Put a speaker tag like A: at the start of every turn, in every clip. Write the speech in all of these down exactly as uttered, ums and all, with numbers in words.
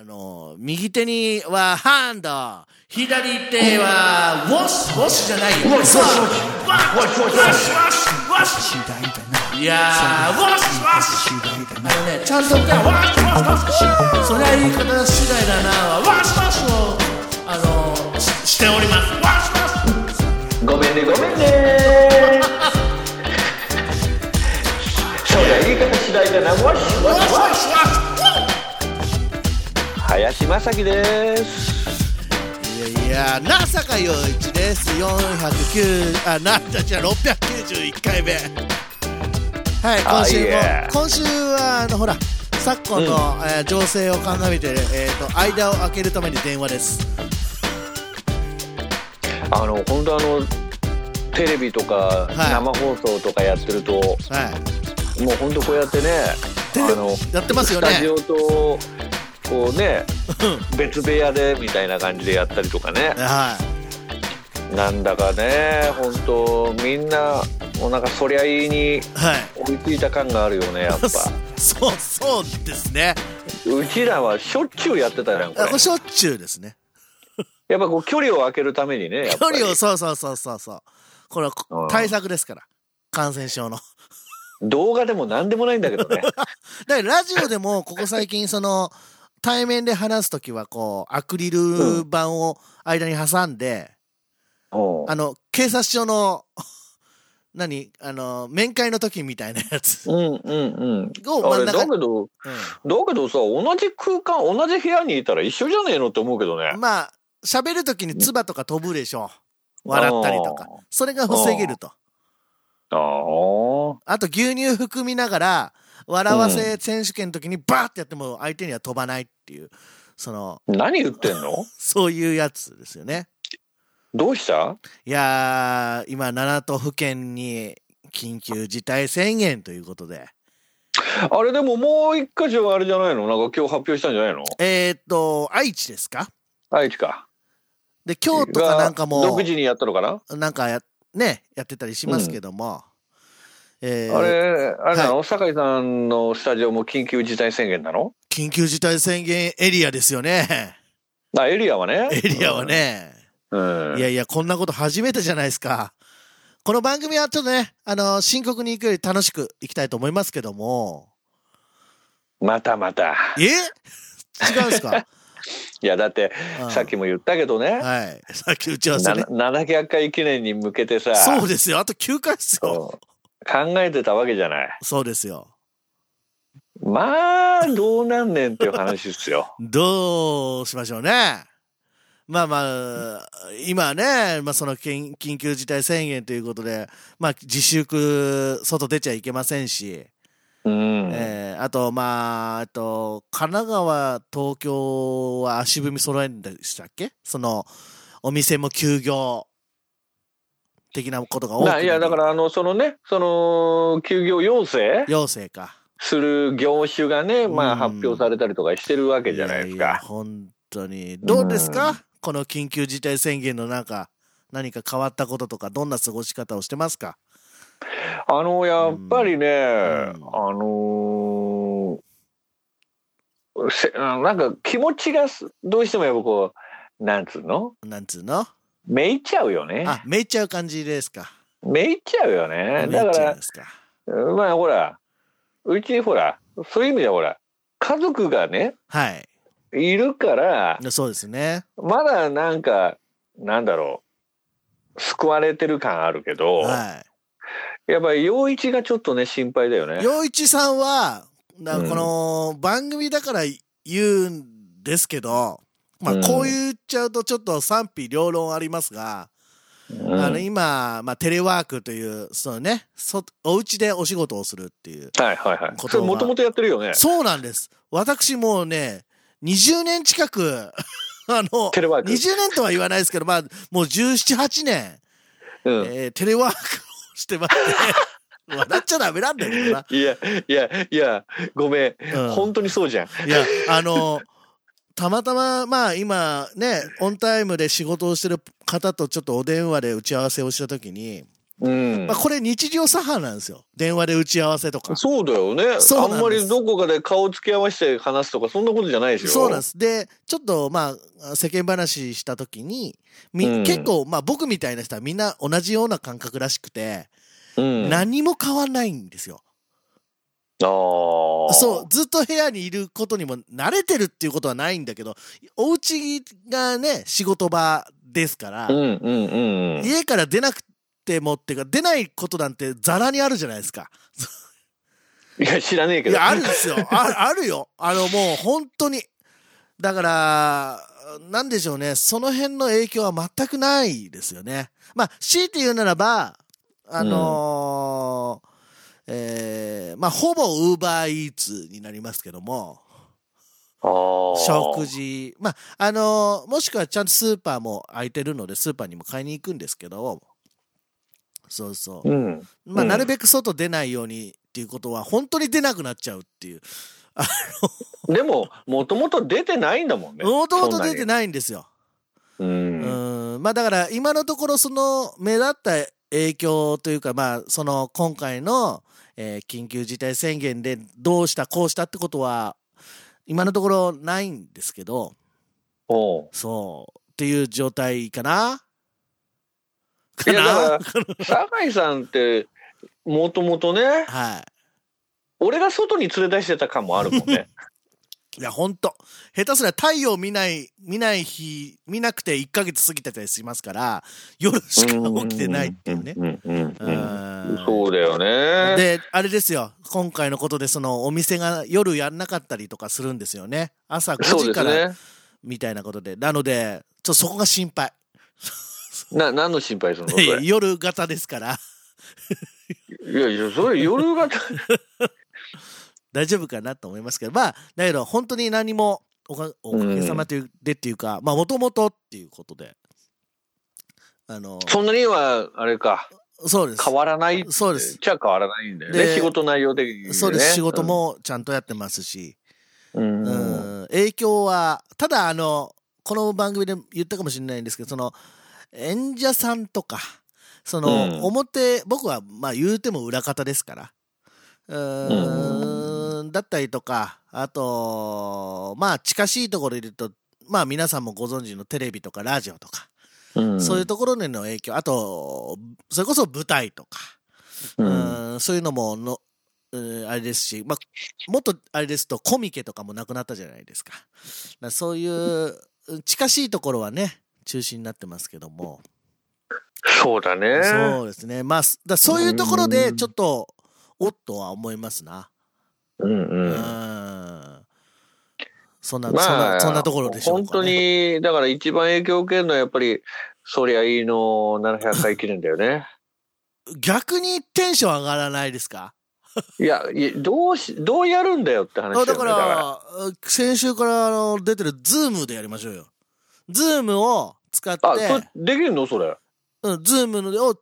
A: あの右手にはハンド、左手はウォッシュ、ウォッシュじゃないよ、ウォッシュウォッシュウォッシュウォッシュウォッシュ、いやーウォッシュウォッシュ、あのねちゃんと言ったらウォッシュウォッシュウォッシュ、それは言い方次第だな、ウォッシュウォッシュをあの し, しております。ウォッシュウォッシュ、
B: ごめんねごめんねそれは言い方次第だな、ウォッシュウォッシュウォッシュ、林正樹です。
A: いやいや、なさか陽一です。よんひゃくきゅう、あ、なんだじゃろっぴゃくきゅうじゅういっかいめ。はい、今週も、今週はあのほら昨今の、うんえー、情勢を鑑みて、えー、と間を空けるために電話です。
B: あの本当あのテレビとか、はい、生放送とかやってると、はい、もう本当こうやってね、あの
A: やってますよね。
B: スタジオとこうね別部屋でみたいな感じでやったりとかね、はい、なんだかね本当みんなもうなんかそりゃいいに追いついた感があるよね、やっぱ
A: そうそうですね。
B: うちらはしょっちゅうやってたじゃん、これ。
A: しょっちゅうですね。
B: やっぱこう距離を空けるためにね、やっぱり
A: 距離を、そうそうそうそうそう、これは対策ですから、感染症の。
B: 動画でもなんでもないんだけどねだか
A: らラジオでもここ最近その対面で話すときはこうアクリル板を間に挟んで、うん、あの警察署の何あの面会の時みたいなやつ、うんうんうん、
B: あれだけど、うん、だけどさ、同じ空間同じ部屋にいたら一緒じゃねえのって思うけどね。
A: まあ喋る時に唾とか飛ぶでしょ、笑ったりとか、それが防げると。ああと牛乳含みながら笑わせ選手権の時にバーってやっても相手には飛ばないっていう、その
B: 何言ってんの
A: そういうやつですよね。
B: どうした？
A: いやー、今なな都府県に緊急事態宣言ということで。
B: あれでももう一箇所はあれじゃないの？なんか今日発表したんじゃないの？
A: えーっと愛知ですか？
B: 愛知か。
A: で京都かなんかも
B: 独自にやったのかな？
A: なんかやねやってたりしますけども、
B: うんえー、あれあれなの、はい、酒井さんのスタジオも緊急事態宣言なの？
A: 緊急事態宣言エリアですよね。
B: あ、エリアはね。
A: エリアはね。うん、いやいや、こんなこと初めてじゃないですか。この番組はちょっとね、あの深刻に行くより楽しくいきたいと思いますけども。
B: またまた。
A: え？違うんですか？
B: いやだって、うん、さっきも言ったけどね、
A: はい、さっき打ち合わせね、
B: ななひゃっかい記念に向けてさ、
A: そうですよ、あときゅうかいですよ、
B: 考えてたわけじゃない。
A: そうですよ。
B: まあどうなんねんっていう話ですよ
A: どうしましょうね。まあまあ今ね、まあ、その緊急事態宣言ということで、まあ、自粛外出ちゃいけませんし、うんえー、あとまああと神奈川東京は足踏み揃えるんでしたっけ、そのお店も休業的なことが多くなる。
B: いやだからあのそのねその休業要請
A: 要請か
B: する業種がね、まあ発表されたりとかしてるわけじゃないですか。いやいや
A: 本当にどうですか、この緊急事態宣言の中何か変わったこととか、どんな過ごし方をしてますか？
B: あのやっぱりね、うん、あのー、せなんか気持ちがどうしてもやっぱこうなんつうの
A: なんつうの
B: めいっちゃうよね。
A: あ、めいっちゃう感じですか。
B: めいっちゃうよね。だからまあほらうちほらそういう意味ではほら家族がね、はい、いるから
A: そうですね。
B: まだなんかなんだろう救われてる感あるけど、はい、やっぱり陽一がちょっとね心配だよね。
A: 陽一さんはだこの番組だから言うんですけど、うん、まあこう言っちゃうとちょっと賛否両論ありますが、うん、あの今、まあ、テレワークというそのねそお家でお仕事をするっていう
B: はいはいはいそれもともとやってるよね。
A: そうなんです。私もうねにじゅうねん近くあの
B: テレワーク
A: にじゅうねんとは言わないですけど、まあもうじゅうなな、はちねん、うんえー、テレワークをしてまして笑っちゃダメなんだけどな。
B: いやいやいやごめん、うん、本当にそうじゃん。
A: いやあのたまたままあ今ねオンタイムで仕事をしてる方とちょっとお電話で打ち合わせをしたときに、
B: うん
A: まあ、これ日常茶飯なんですよ。電話で打ち合わせとか。
B: そうだよね。あんまりどこかで顔つき合わせて話すとかそんなことじゃないですよ。
A: そうなんです。でちょっとまあ世間話した時にみ、うん、結構まあ僕みたいな人はみんな同じような感覚らしくて、うん、何も変わんないんですよ。
B: あ
A: そうずっと部屋にいることにも慣れてるっていうことはないんだけど、お家がね仕事場ですから、
B: うんうんうんうん、
A: 家から出なくてもっていうか出ないことなんてザラにあるじゃないですか。
B: いや知らねえけど。
A: いやあるんですよ。あ, あるよ。あのもう本当にだからなんでしょうね、その辺の影響は全くないですよね。まあ強いて言うならばあのーうんえー、まあほぼウーバーイーツになりますけども、
B: あ
A: 食事まああのー、もしくはちゃんとスーパーも空いてるのでスーパーにも買いに行くんですけど、そうそう、
B: うん、
A: まあなるべく外出ないようにっていうことは本当に出なくなっちゃうっていう。あ
B: のでももともと出てないんだもんね。
A: もともと出てないんですよ。
B: うん、
A: うんまあだから今のところその目立った影響というか、まあその今回のえー、緊急事態宣言でどうしたこうしたってことは今のところないんですけど、
B: お
A: そうっていう状態かな。か
B: ないやだから酒井さんってもともとね、
A: はい、
B: 俺が外に連れ出してた感もあるもんね。
A: いやほんと下手すりゃ太陽見ない見ない日見なくていっかげつ過ぎてたりしますから夜しか起きてないっていうね。
B: そうだよね。
A: であれですよ、今回のことでそのお店が夜やんなかったりとかするんですよね。朝ごじからみたいなことで、なのでちょっとそこが心配。
B: な何の心配するのそれ。
A: 夜型ですから。
B: いやいやそれ夜型
A: 大丈夫かなと思いますけど、まあだけど本当に何もお か, おかげさまでっていうか、うん、まあもともとっていうことで、あの
B: そんなにはあれか、
A: そうです
B: 変わらない。
A: そうです。
B: じゃあ変わらないんだよね。仕事内容的にね。
A: そうです。仕事もちゃんとやってますし、
B: うん、
A: うん影響はただあのこの番組で言ったかもしれないんですけど、その演者さんとかその、うん、表僕はまあ言うても裏方ですから。うーんだったりとか、あとまあ近しいところで言うとまあ皆さんもご存知のテレビとかラジオとか、うん、そういうところでの影響、あとそれこそ舞台とか、うん、うんそういうのもの、うん、あれですし、まあもっとあれですとコミケとかもなくなったじゃないですか。だからそういう近しいところはね中心になってますけども。
B: そうだね。
A: そうですね。まあだそういうところでちょっとおっとは思いますな。
B: うんうん。
A: うんそんな、
B: まあ、
A: そんなそんなところでしょうかね。
B: 本当にだから一番影響を受けるのはやっぱりそりゃいいのななひゃっかい記念だよね。
A: 逆にテンション上がらないですか？
B: いやどうしどうやるんだよって話だよね。
A: だからだから先週から出てるズームでやりましょうよ。ズームを使って。
B: あ、それできるのそれ？
A: うん、ズームを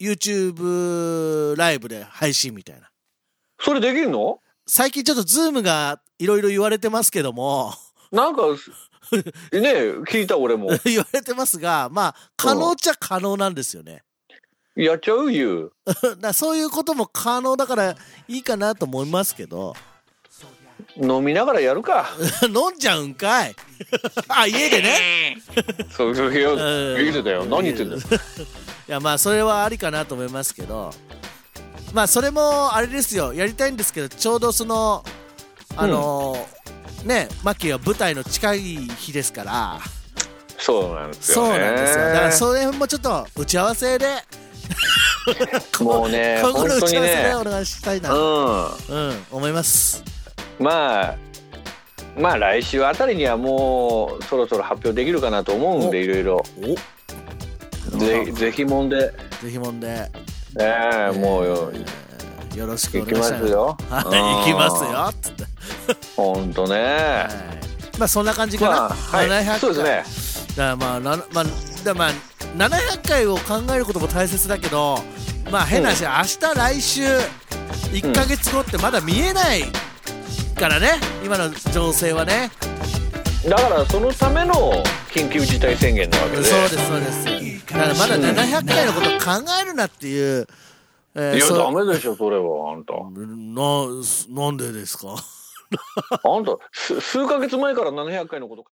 A: YouTube ライブで配信みたいな。
B: それできるの？
A: 最近ちょっとズームがいろいろ言われてますけども。
B: なんかね聞いた俺も
A: 言われてますが、まあ可能っちゃ可能なんですよね。
B: うん、やっちゃうよ。
A: だそういうことも可能だからいいかなと思いますけど。
B: 飲みながらやるか。
A: 飲んじゃうんかい。あ、家でね。
B: そうそう家でだよ。何言ってんだよ。
A: いやまあそれはありかなと思いますけど、まあそれもあれですよ、やりたいんですけどちょうどそのあのーうん、ねマッキーは舞台の近い日ですから。
B: そうなんですよね。
A: そうなんですよ。だからそれもちょっと打ち合わせで
B: もうね
A: 今後の打ち合わせで
B: ね
A: お願いしたいな、
B: うん、
A: うん、思います。
B: まあまあ来週あたりにはもうそろそろ発表できるかなと思うんでいろいろぜ, ぜひもんで
A: ぜひもんで
B: ねえもうよ、
A: えー、よろしくお願いします。
B: 行きますよ。
A: はい、行きますよつって
B: ほんとね、
A: はい、まあそんな感じかな、まあはい、ななひゃっかいそう
B: ですね。
A: だからまあな、まあ、だまあななひゃっかいを考えることも大切だけど、まあ変な話、うん、明日来週いっかげつごってまだ見えないからね、今の情勢はね。
B: だからそのための緊急事態宣言なわけで。
A: そうですそうです。だからまだななひゃっかいのことを考えるなっていう、
B: えー、いやダメでしょそれは。あんた
A: な、なんでですか
B: あんた数ヶ月前からななひゃっかいのこと